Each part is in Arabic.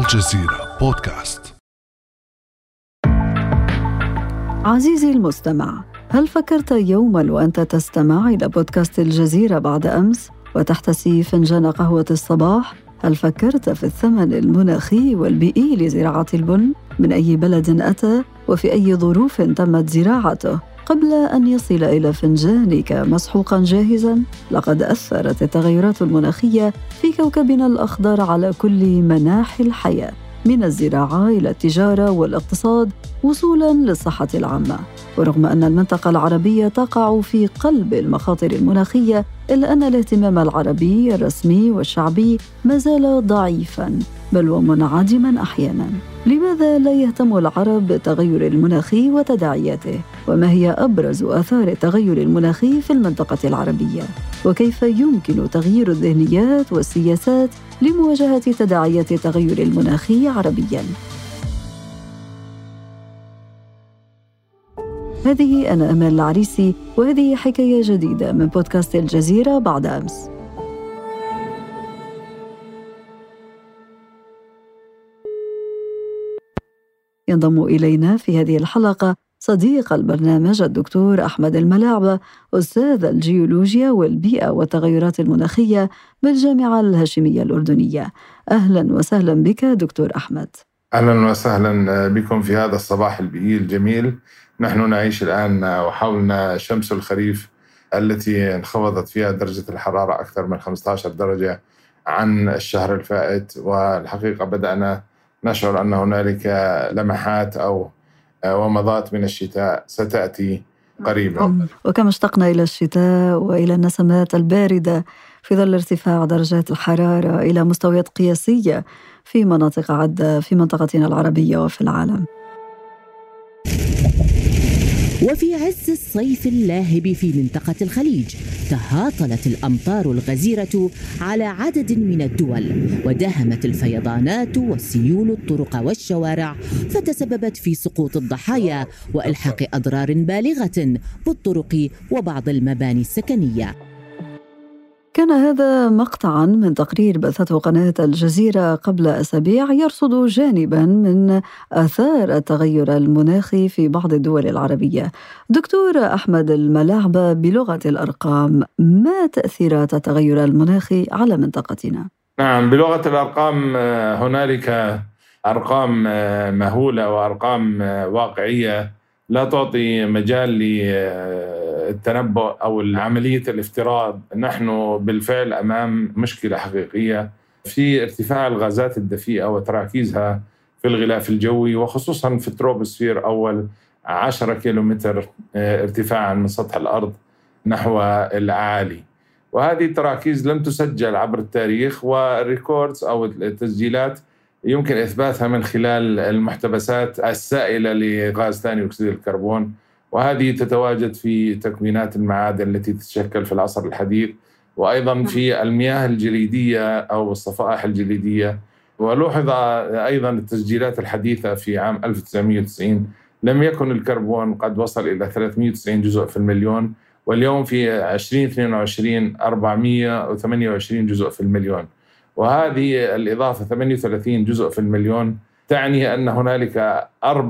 الجزيرة بودكاست. عزيزي المستمع، هل فكرت يوماً وأنت تستمع إلى بودكاست الجزيرة بعد أمس وتحتسي فنجان قهوة الصباح؟ هل فكرت في الثمن المناخي والبيئي لزراعة البن؟ من أي بلد أتى وفي أي ظروف تمت زراعته؟ قبل أن يصل إلى فنجانك مسحوقاً جاهزاً، لقد أثرت التغيرات المناخية في كوكبنا الأخضر على كل مناحي الحياة، من الزراعة إلى التجارة والاقتصاد وصولاً للصحة العامة. ورغم أن المنطقة العربية تقع في قلب المخاطر المناخية، إلا أن الاهتمام العربي الرسمي والشعبي ما زال ضعيفاً بل ومنعدماً أحياناً. لماذا لا يهتم العرب بالتغير المناخي وتداعياته؟ وما هي أبرز آثار التغير المناخي في المنطقة العربية؟ وكيف يمكن تغيير الذهنيات والسياسات لمواجهة تداعيات التغير المناخي عربياً؟ هذه أنا أمال العريسي، وهذه حكاية جديدة من بودكاست الجزيرة بعد أمس. ينضم إلينا في هذه الحلقة صديق البرنامج الدكتور أحمد الملاعبة، أستاذ الجيولوجيا والبيئة والتغيرات المناخية بالجامعة الهاشمية الأردنية. أهلا وسهلا بك دكتور أحمد. أهلا وسهلا بكم في هذا الصباح البيئي الجميل. نحن نعيش الآن وحولنا شمس الخريف التي انخفضت فيها درجة الحرارة أكثر من 15 درجة عن الشهر الفائت، والحقيقة بدأنا نشعر أن هنالك لمحات أو ومضات من الشتاء ستأتي قريبا. وكما اشتقنا إلى الشتاء وإلى النسمات الباردة في ظل ارتفاع درجات الحرارة إلى مستويات قياسية في مناطق عدة في منطقتنا العربية وفي العالم. وفي عز الصيف اللاهب في منطقة الخليج، تهاطلت الأمطار الغزيرة على عدد من الدول، وداهمت الفيضانات والسيول الطرق والشوارع، فتسببت في سقوط الضحايا وإلحاق أضرار بالغة بالطرق وبعض المباني السكنية. كان هذا مقطعاً من تقرير بثته قناة الجزيرة قبل أسابيع يرصد جانباً من آثار التغير المناخي في بعض الدول العربية. دكتور أحمد الملاعبة، بلغة الأرقام، ما تأثيرات التغير المناخي على منطقتنا؟ نعم، بلغة الأرقام هنالك أرقام مهولة وأرقام واقعية لا تعطي مجال للتنبؤ أو عملية الافتراض. نحن بالفعل أمام مشكلة حقيقية في ارتفاع الغازات الدفيئة وتراكيزها في الغلاف الجوي، وخصوصا في التروبوسفير، أول 10 كيلومتر ارتفاعا من سطح الأرض نحو الأعالي. وهذه التراكيز لم تسجل عبر التاريخ، والريكوردز أو التسجيلات يمكن إثباتها من خلال المحتبسات السائلة لغاز ثاني أكسيد الكربون، وهذه تتواجد في تكوينات المعادن التي تتشكل في العصر الحديث، وأيضا في المياه الجليدية أو الصفائح الجليدية. ولوحظ أيضا التسجيلات الحديثة في عام 1990 لم يكن الكربون قد وصل إلى 390 جزء في المليون، واليوم في 2022 428 جزء في المليون. وهذه الإضافة 38 جزء في المليون تعني أن هنالك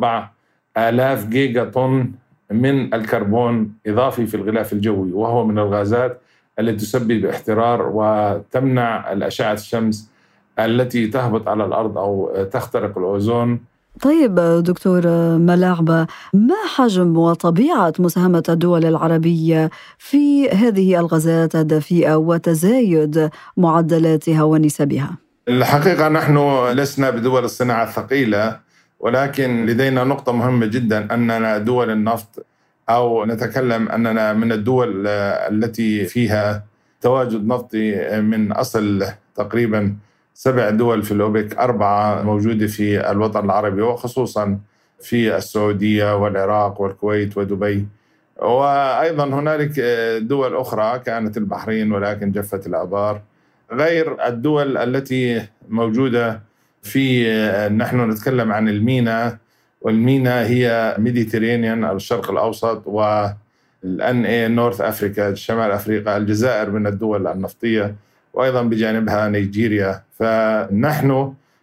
4000 جيجا طن من الكربون إضافي في الغلاف الجوي، وهو من الغازات التي تسبب احترار وتمنع الأشعة الشمس التي تهبط على الأرض أو تخترق الأوزون. طيب دكتور ملاعبة، ما حجم وطبيعة مساهمة الدول العربية في هذه الغازات الدفيئة وتزايد معدلاتها ونسبها؟ الحقيقة نحن لسنا بدول الصناعة الثقيلة، ولكن لدينا نقطة مهمة جدا، أننا دول النفط، أو نتكلم أننا من الدول التي فيها تواجد نفطي من أصل تقريبا 7 دول في الأوبك، 4 موجودة في الوطن العربي، وخصوصا في السعودية والعراق والكويت ودبي. وأيضا هنالك دول أخرى كانت البحرين ولكن جفت الآبار، غير الدول التي موجودة في نحن نتكلم عن المينا، والمينا هي ميديترينيان الشرق الأوسط، والNA نورث أفريقيا شمال أفريقيا، الجزائر من الدول النفطية، وأيضا بجانبها نيجيريا. فنحن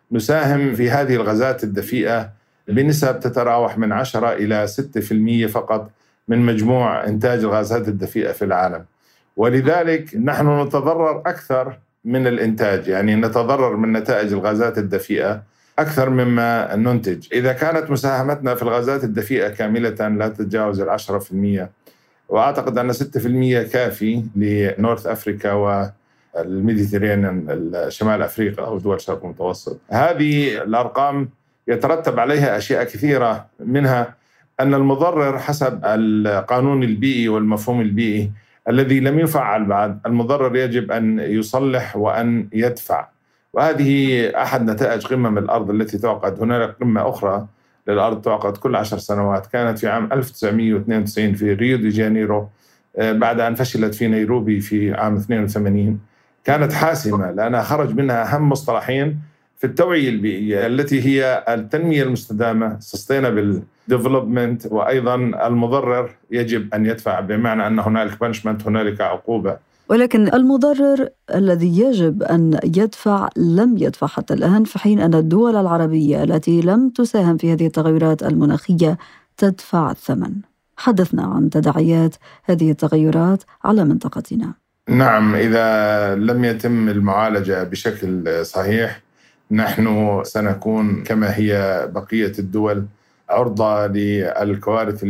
نساهم في هذه الغازات الدفيئة بنسب تتراوح من 10 إلى 6% فقط من مجموع إنتاج الغازات الدفيئة في العالم. ولذلك نحن نتضرر أكثر من الإنتاج، يعني نتضرر من نتائج الغازات الدفيئة أكثر مما ننتج. إذا كانت مساهمتنا في الغازات الدفيئة كاملة لا تتجاوز 10%، وأعتقد أن 6% كافي لنورث أفريكا والميديترينيان شمال أفريقيا أو دول الشرق المتوسط. هذه الأرقام يترتب عليها أشياء كثيرة، منها أن المضرر حسب القانون البيئي والمفهوم البيئي الذي لم يفعل بعد، المضرر يجب أن يصلح وأن يدفع. وهذه أحد نتائج قمم الأرض التي تعقد. هناك قمة أخرى للأرض تعقد كل 10 سنوات، كانت في عام 1992 في ريو دي جانيرو بعد أن فشلت في نيروبي في عام 82. كانت حاسمة لأنها خرج منها أهم مصطلحين في التوعية البيئية التي هي التنمية المستدامة sustainable development، وأيضا المضرر يجب أن يدفع، بمعنى أن هنالك punishment، هنالك عقوبة. ولكن المضرر الذي يجب أن يدفع لم يدفع حتى الآن، في حين أن الدول العربية التي لم تساهم في هذه التغيرات المناخية تدفع الثمن. حدثنا عن تداعيات هذه التغيرات على منطقتنا. نعم، إذا لم يتم المعالجة بشكل صحيح نحن سنكون كما هي بقية الدول عرضة للكوارث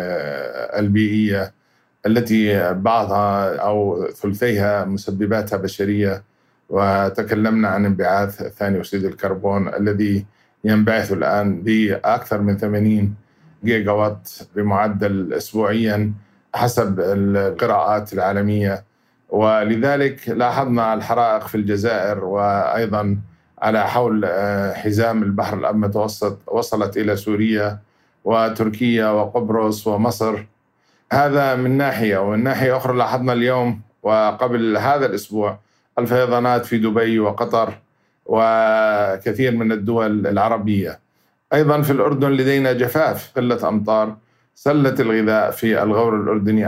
البيئية التي بعضها أو ثلثيها مسبباتها بشرية. وتكلمنا عن انبعاث ثاني أكسيد الكربون الذي ينبعث الآن بأكثر من 80 جيجا وات بمعدل أسبوعيا حسب القراءات العالمية. ولذلك لاحظنا الحرائق في الجزائر، وأيضا على حول حزام البحر الأبيض المتوسط وصلت إلى سوريا وتركيا وقبرص ومصر. هذا من ناحية، ومن ناحية أخرى لاحظنا اليوم وقبل هذا الأسبوع الفيضانات في دبي وقطر وكثير من الدول العربية. أيضا في الأردن لدينا جفاف، قلة أمطار، سلة الغذاء في الغور الأردني.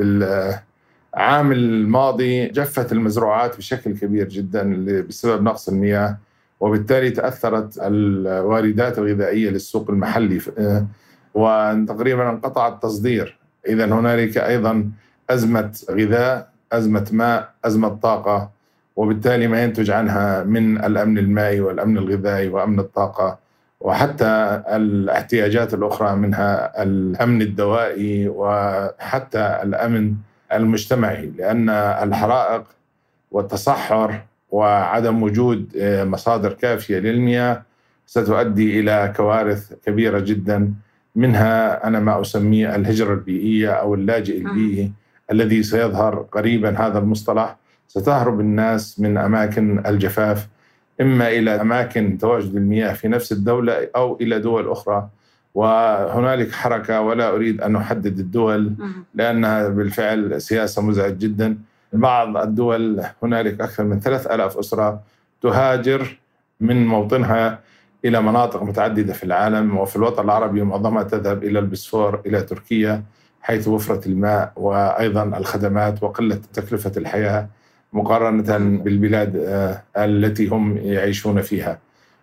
بالعام الماضي جفت المزروعات بشكل كبير جدا بسبب نقص المياه، وبالتالي تأثرت الواردات الغذائية للسوق المحلي وتقريبا انقطع التصدير. إذن هنالك أيضا أزمة غذاء، أزمة ماء، أزمة طاقة، وبالتالي ما ينتج عنها من الأمن المائي والأمن الغذائي وأمن الطاقة، وحتى الاحتياجات الأخرى منها الأمن الدوائي وحتى الأمن المجتمعي، لأن الحرائق والتصحر وعدم وجود مصادر كافية للمياه ستؤدي إلى كوارث كبيرة جدا، منها أنا ما أسميه الهجرة البيئية أو اللاجئ البيئي الذي سيظهر قريبا. هذا المصطلح ستهرب الناس من أماكن الجفاف إما إلى أماكن تواجد المياه في نفس الدولة أو إلى دول أخرى. وهنالك حركة، ولا أريد أن أحدد الدول لأنها بالفعل سياسة مزعجة جدا. بعض الدول هنالك أكثر من 3000 أسرة تهاجر من موطنها إلى مناطق متعددة في العالم، وفي الوطن العربي معظمها تذهب إلى البسفور، إلى تركيا، حيث وفرة الماء وأيضا الخدمات وقلة تكلفة الحياة مقارنة بالبلاد التي هم يعيشون فيها.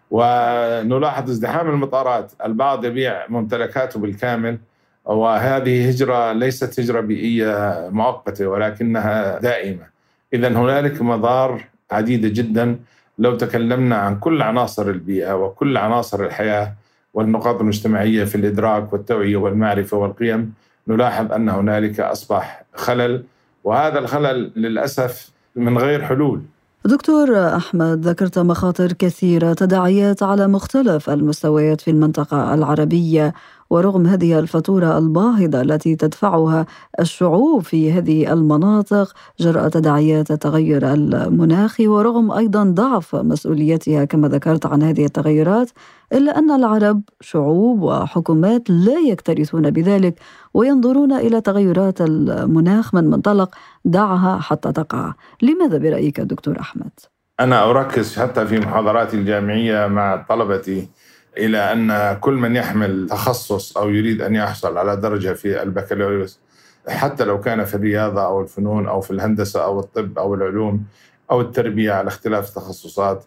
ونلاحظ ازدحام المطارات، البعض يبيع ممتلكاته بالكامل، وهذه هجرة ليست هجرة بيئية مؤقتة ولكنها دائمة. إذن هنالك مضار عديدة جدا. لو تكلمنا عن كل عناصر البيئة وكل عناصر الحياة والنقاط المجتمعية في الإدراك والتوعية والمعرفة والقيم، نلاحظ أن هنالك أصبح خلل، وهذا الخلل للأسف من غير حلول. دكتور أحمد، ذكرت مخاطر كثيرة، تداعيات على مختلف المستويات في المنطقة العربية، ورغم هذه الفاتورة الباهظة التي تدفعها الشعوب في هذه المناطق جراء تداعيات التغير المناخي، ورغم أيضا ضعف مسؤوليتها كما ذكرت عن هذه التغيرات، إلا أن العرب شعوب وحكومات لا يكترثون بذلك وينظرون إلى تغيرات المناخ من منطلق دعها حتى تقع. لماذا برأيك دكتور أحمد؟ أنا أركز حتى في محاضراتي الجامعية مع طلبتي إلى أن كل من يحمل تخصص أو يريد أن يحصل على درجة في البكالوريوس، حتى لو كان في الرياضة أو الفنون أو في الهندسة أو الطب أو العلوم أو التربية على اختلاف التخصصات،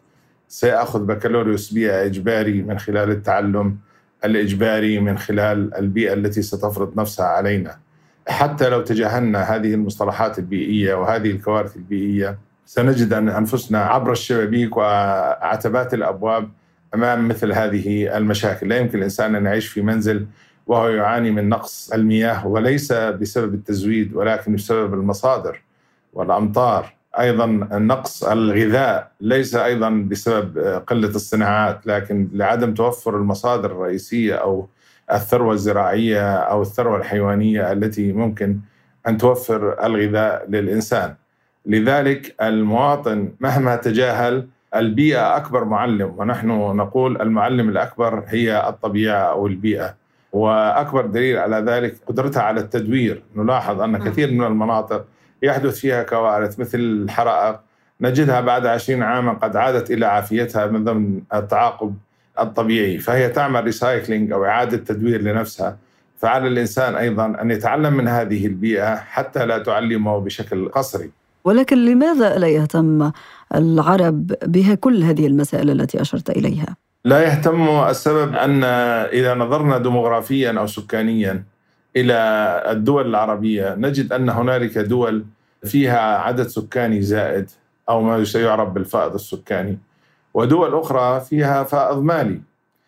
سيأخذ بكالوريوس بيئة إجباري من خلال التعلم الإجباري من خلال البيئة التي ستفرض نفسها علينا. حتى لو تجاهلنا هذه المصطلحات البيئية وهذه الكوارث البيئية، سنجد أن أنفسنا عبر الشبابيك وعتبات الأبواب أمام مثل هذه المشاكل. لا يمكن الإنسان أن يعيش في منزل وهو يعاني من نقص المياه، وليس بسبب التزويد ولكن بسبب المصادر والأمطار. أيضا نقص الغذاء ليس أيضا بسبب قلة الصناعات، لكن لعدم توفر المصادر الرئيسية أو الثروة الزراعية أو الثروة الحيوانية التي ممكن أن توفر الغذاء للإنسان. لذلك المواطن مهما تجاهل البيئة أكبر معلم، ونحن نقول المعلم الأكبر هي الطبيعة أو البيئة، وأكبر دليل على ذلك قدرتها على التدوير. نلاحظ أن كثير من المناطق يحدث فيها كوارث مثل الحرائق، نجدها بعد 20 عاما قد عادت إلى عافيتها من ضمن التعاقب الطبيعي، فهي تعمل ريسايكلينج أو إعادة تدوير لنفسها. فعلى الإنسان أيضا أن يتعلم من هذه البيئة حتى لا تعلمه بشكل قصري. ولكن لماذا لا يهتم العرب بها كل هذه المسائل التي أشرت إليها؟ لا يهتم السبب أن إذا نظرنا ديموغرافيا أو سكانيا إلى الدول العربية نجد أن هنالك دول فيها عدد سكاني زائد أو ما يعرف بالفائض السكاني، ودول أخرى فيها فائض مالي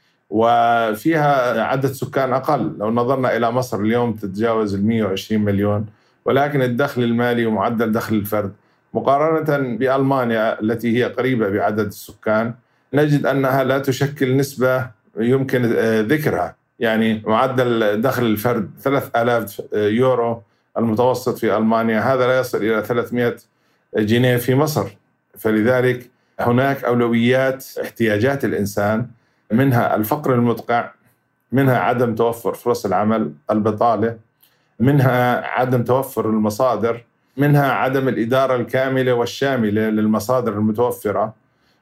وفيها عدد سكان أقل. لو نظرنا إلى مصر اليوم تتجاوز 120 مليون، ولكن الدخل المالي ومعدل دخل الفرد مقارنة بألمانيا التي هي قريبة بعدد السكان نجد أنها لا تشكل نسبة يمكن ذكرها. يعني معدل دخل الفرد 3000 يورو المتوسط في ألمانيا، هذا لا يصل إلى 300 جنيه في مصر. فلذلك هناك أولويات احتياجات الإنسان، منها الفقر المدقع، منها عدم توفر فرص العمل، البطالة، منها عدم توفر المصادر، منها عدم الإدارة الكاملة والشاملة للمصادر المتوفرة.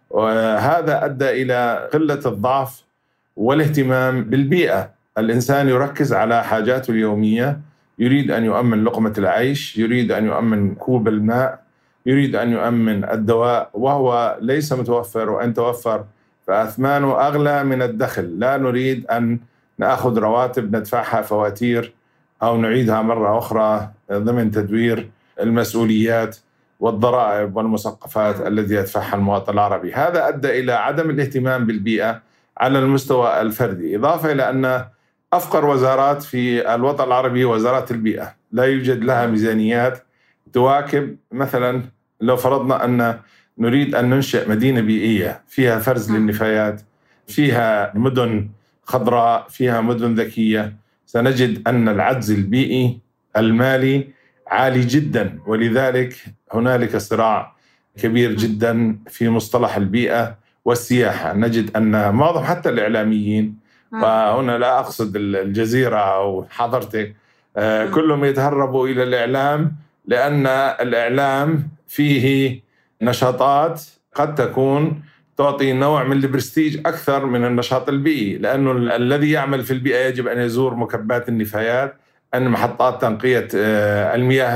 وهذا أدى إلى قلة الضعف والاهتمام بالبيئة. الإنسان يركز على حاجاته اليومية، يريد أن يؤمن لقمة العيش، يريد أن يؤمن كوب الماء، يريد أن يؤمن الدواء، وهو ليس متوفر، وأن توفر فأثمانه أغلى من الدخل. لا نريد أن نأخذ رواتب ندفعها فواتير أو نعيدها مرة أخرى ضمن تدوير المسؤوليات والضرائب والمثقفات التي يدفعها المواطن العربي. هذا أدى إلى عدم الاهتمام بالبيئة على المستوى الفردي، إضافة إلى أن أفقر وزارات في الوطن العربي وزارات البيئة، لا يوجد لها ميزانيات تواكب. مثلا لو فرضنا أن نريد أن ننشئ مدينة بيئية فيها فرز للنفايات، فيها مدن خضراء، فيها مدن ذكية، سنجد أن العجز البيئي المالي عالي جدا. ولذلك هنالك صراع كبير جدا في مصطلح البيئة والسياحة. نجد أن معظم حتى الإعلاميين، وهنا لا أقصد الجزيرة أو حضرتك، كلهم يتهربوا إلى الإعلام، لأن الإعلام فيه نشاطات قد تكون تعطي نوع من البرستيج أكثر من النشاط البيئي، لأنه الذي يعمل في البيئة يجب أن يزور مكبات النفايات، أن محطات تنقية المياه،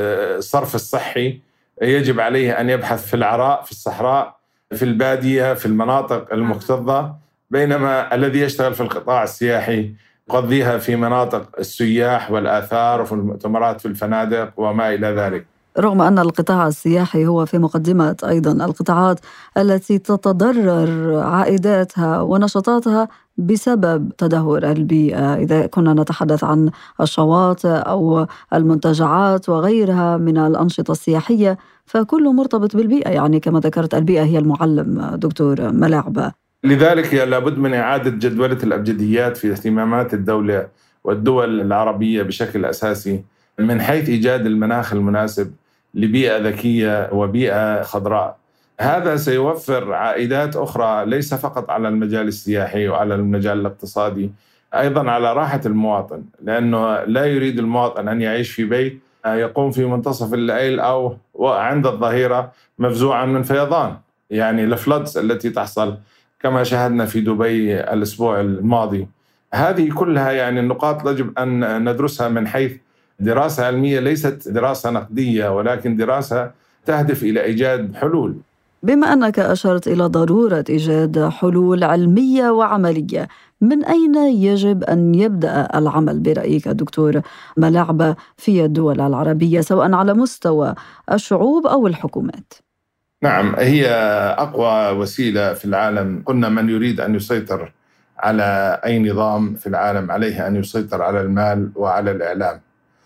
الصرف الصحي، يجب عليه أن يبحث في العراء، في الصحراء، في البادية، في المناطق المكتظة، بينما الذي يشتغل في القطاع السياحي يقضيها في مناطق السياح والآثار وفي المؤتمرات في الفنادق وما إلى ذلك. رغم أن القطاع السياحي هو في مقدمة أيضا القطاعات التي تتضرر عائداتها ونشاطاتها بسبب تدهور البيئة، إذا كنا نتحدث عن الشواطئ أو المنتجعات وغيرها من الأنشطة السياحية، فكله مرتبط بالبيئة. يعني كما ذكرت البيئة هي المعلم دكتور ملاعبة. لذلك لابد من إعادة جدولة الأبجديات في اهتمامات الدولة والدول العربية بشكل أساسي، من حيث إيجاد المناخ المناسب لبيئة ذكية وبيئة خضراء. هذا سيوفر عائدات أخرى ليس فقط على المجال السياحي وعلى المجال الاقتصادي، أيضا على راحة المواطن، لأنه لا يريد المواطن أن يعيش في بيت يقوم في منتصف الليل أو عند الظهيرة مفزوعا من فيضان، يعني الفلودز التي تحصل كما شاهدنا في دبي الأسبوع الماضي. هذه كلها يعني النقاط يجب أن ندرسها من حيث دراسة علمية، ليست دراسة نقدية، ولكن دراسة تهدف إلى إيجاد حلول. بما أنك أشرت إلى ضرورة إيجاد حلول علمية وعملية، من أين يجب أن يبدأ العمل برأيك دكتور ملاعبة في الدول العربية، سواء على مستوى الشعوب أو الحكومات؟ نعم، هي أقوى وسيلة في العالم. قلنا من يريد أن يسيطر على أي نظام في العالم عليه أن يسيطر على المال وعلى الإعلام.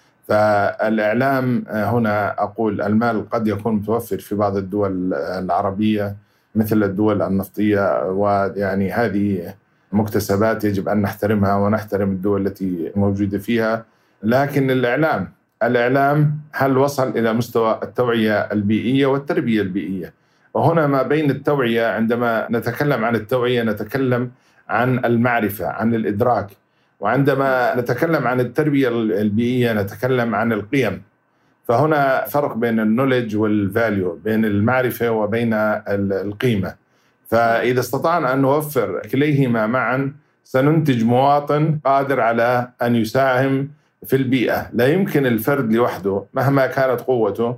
فالإعلام هنا أقول المال قد يكون متوفر في بعض الدول العربية مثل الدول النفطية، ويعني هذه مكتسبات يجب أن نحترمها ونحترم الدول التي موجودة فيها. لكن الإعلام هل وصل إلى مستوى التوعية البيئية والتربية البيئية؟ وهنا ما بين التوعية، عندما نتكلم عن التوعية نتكلم عن المعرفة، عن الإدراك، وعندما نتكلم عن التربية البيئية نتكلم عن القيم. فهنا فرق بين النوليدج والفاليو، بين المعرفة وبين القيمة. فإذا استطعنا أن نوفر كليهما معا سننتج مواطن قادر على أن يساهم في البيئة. لا يمكن الفرد لوحده مهما كانت قوته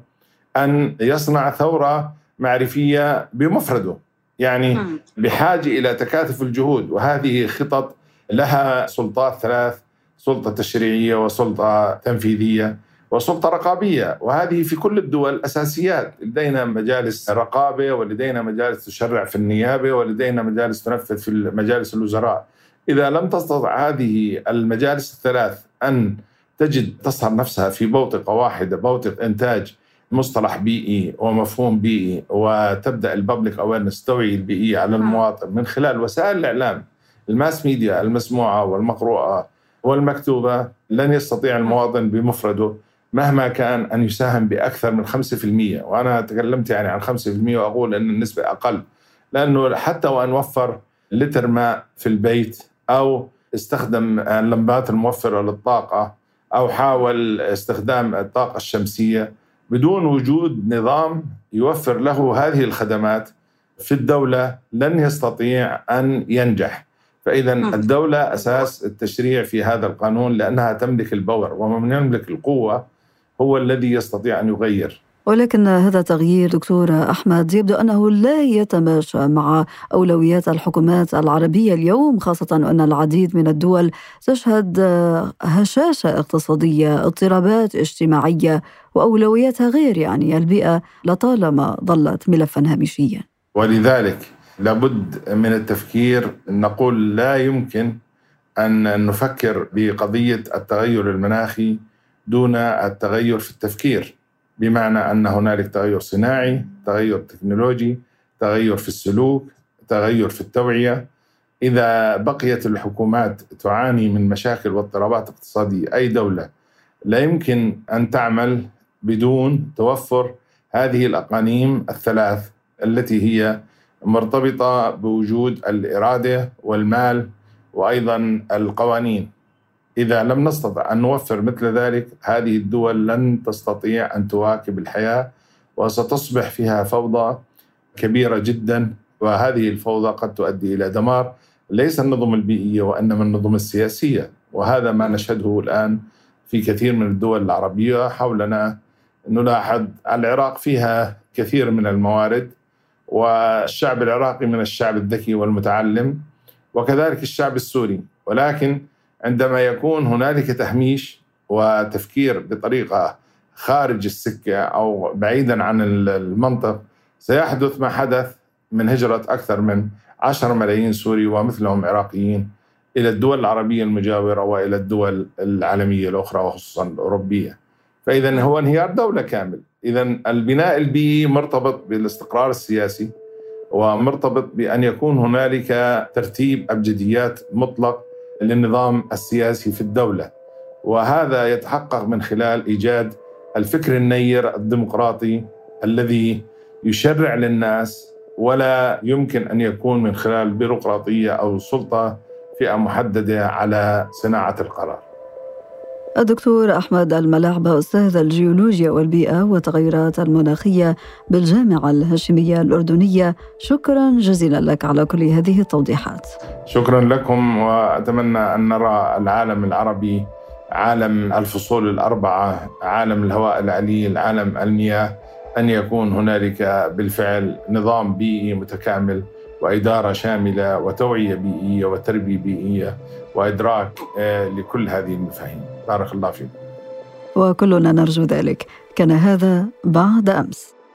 أن يصنع ثورة معرفية بمفرده، يعني بحاجة إلى تكاتف الجهود. وهذه خطط لها سلطات ثلاث: سلطة تشريعية وسلطة تنفيذية وسلطة رقابية، وهذه في كل الدول أساسيات. لدينا مجالس رقابة، ولدينا مجالس تشرع في النيابة، ولدينا مجالس تنفذ في مجالس الوزراء. إذا لم تستطع هذه المجالس الثلاث أن تصهر نفسها في بوتقة واحدة، بوتقة إنتاج مصطلح بيئي ومفهوم بيئي، وتبدأ الببليك أويرنس توعية البيئية على المواطن من خلال وسائل الإعلام، الماس ميديا المسموعة والمقروءة والمكتوبة، لن يستطيع المواطن بمفرده مهما كان أن يساهم بأكثر من 5%. وأنا تكلمت يعني عن 5%، وأقول أن النسبة أقل، لأنه حتى وأن وفر لتر ماء في البيت، أو استخدم اللمبات الموفرة للطاقة، أو حاول استخدام الطاقة الشمسية، بدون وجود نظام يوفر له هذه الخدمات في الدولة لن يستطيع أن ينجح. فإذا الدولة أساس التشريع في هذا القانون، لأنها تملك البور، ومن يملك القوة هو الذي يستطيع أن يغير. ولكن هذا التغيير دكتور أحمد يبدو أنه لا يتماشى مع أولويات الحكومات العربية اليوم، خاصة أن العديد من الدول تشهد هشاشة اقتصادية، اضطرابات اجتماعية، وأولوياتها غير، يعني البيئة لطالما ظلت ملفا هامشيا. ولذلك لابد من التفكير. نقول لا يمكن أن نفكر بقضية التغير المناخي دون التغير في التفكير، بمعنى أن هنالك تغير صناعي، تغير تكنولوجي، تغير في السلوك، تغير في التوعية. إذا بقيت الحكومات تعاني من مشاكل واضطرابات اقتصادية، أي دولة لا يمكن أن تعمل بدون توفر هذه الأقانيم الثلاث التي هي مرتبطة بوجود الإرادة والمال وأيضا القوانين. إذا لم نستطع أن نوفر مثل ذلك، هذه الدول لن تستطيع أن تواكب الحياة، وستصبح فيها فوضى كبيرة جدا. وهذه الفوضى قد تؤدي إلى دمار ليس النظم البيئية وإنما النظم السياسية، وهذا ما نشهده الآن في كثير من الدول العربية حولنا. نلاحظ العراق فيها كثير من الموارد، والشعب العراقي من الشعب الذكي والمتعلم، وكذلك الشعب السوري، ولكن عندما يكون هنالك تهميش وتفكير بطريقة خارج السكة أو بعيدا عن المنطق، سيحدث ما حدث من هجرة أكثر من 10 ملايين سوري ومثلهم عراقيين إلى الدول العربية المجاورة وإلى الدول العالمية الأخرى وخصوصا الأوروبية. فإذا هو انهيار دولة كامل. إذا البناء البيئي مرتبط بالاستقرار السياسي، ومرتبط بأن يكون هنالك ترتيب أبجديات مطلق للنظام السياسي في الدولة، وهذا يتحقق من خلال إيجاد الفكر النير الديمقراطي الذي يشرع للناس، ولا يمكن أن يكون من خلال بيروقراطية أو سلطة فئة محددة على صناعة القرار. الدكتور أحمد الملاعبة، أستاذ الجيولوجيا والبيئة والتغيرات المناخية بالجامعة الهاشمية الأردنية، شكرا جزيلا لك على كل هذه التوضيحات. شكرا لكم، وأتمنى أن نرى العالم العربي عالم الفصول الأربعة، عالم الهواء العليل، عالم المياه، أن يكون هنالك بالفعل نظام بيئي متكامل وإدارة شاملة وتوعية بيئية وتربية بيئية وإدراك لكل هذه المفاهيم. بارك الله فيكم. وكلنا نرجو ذلك. كان هذا بعد أمس.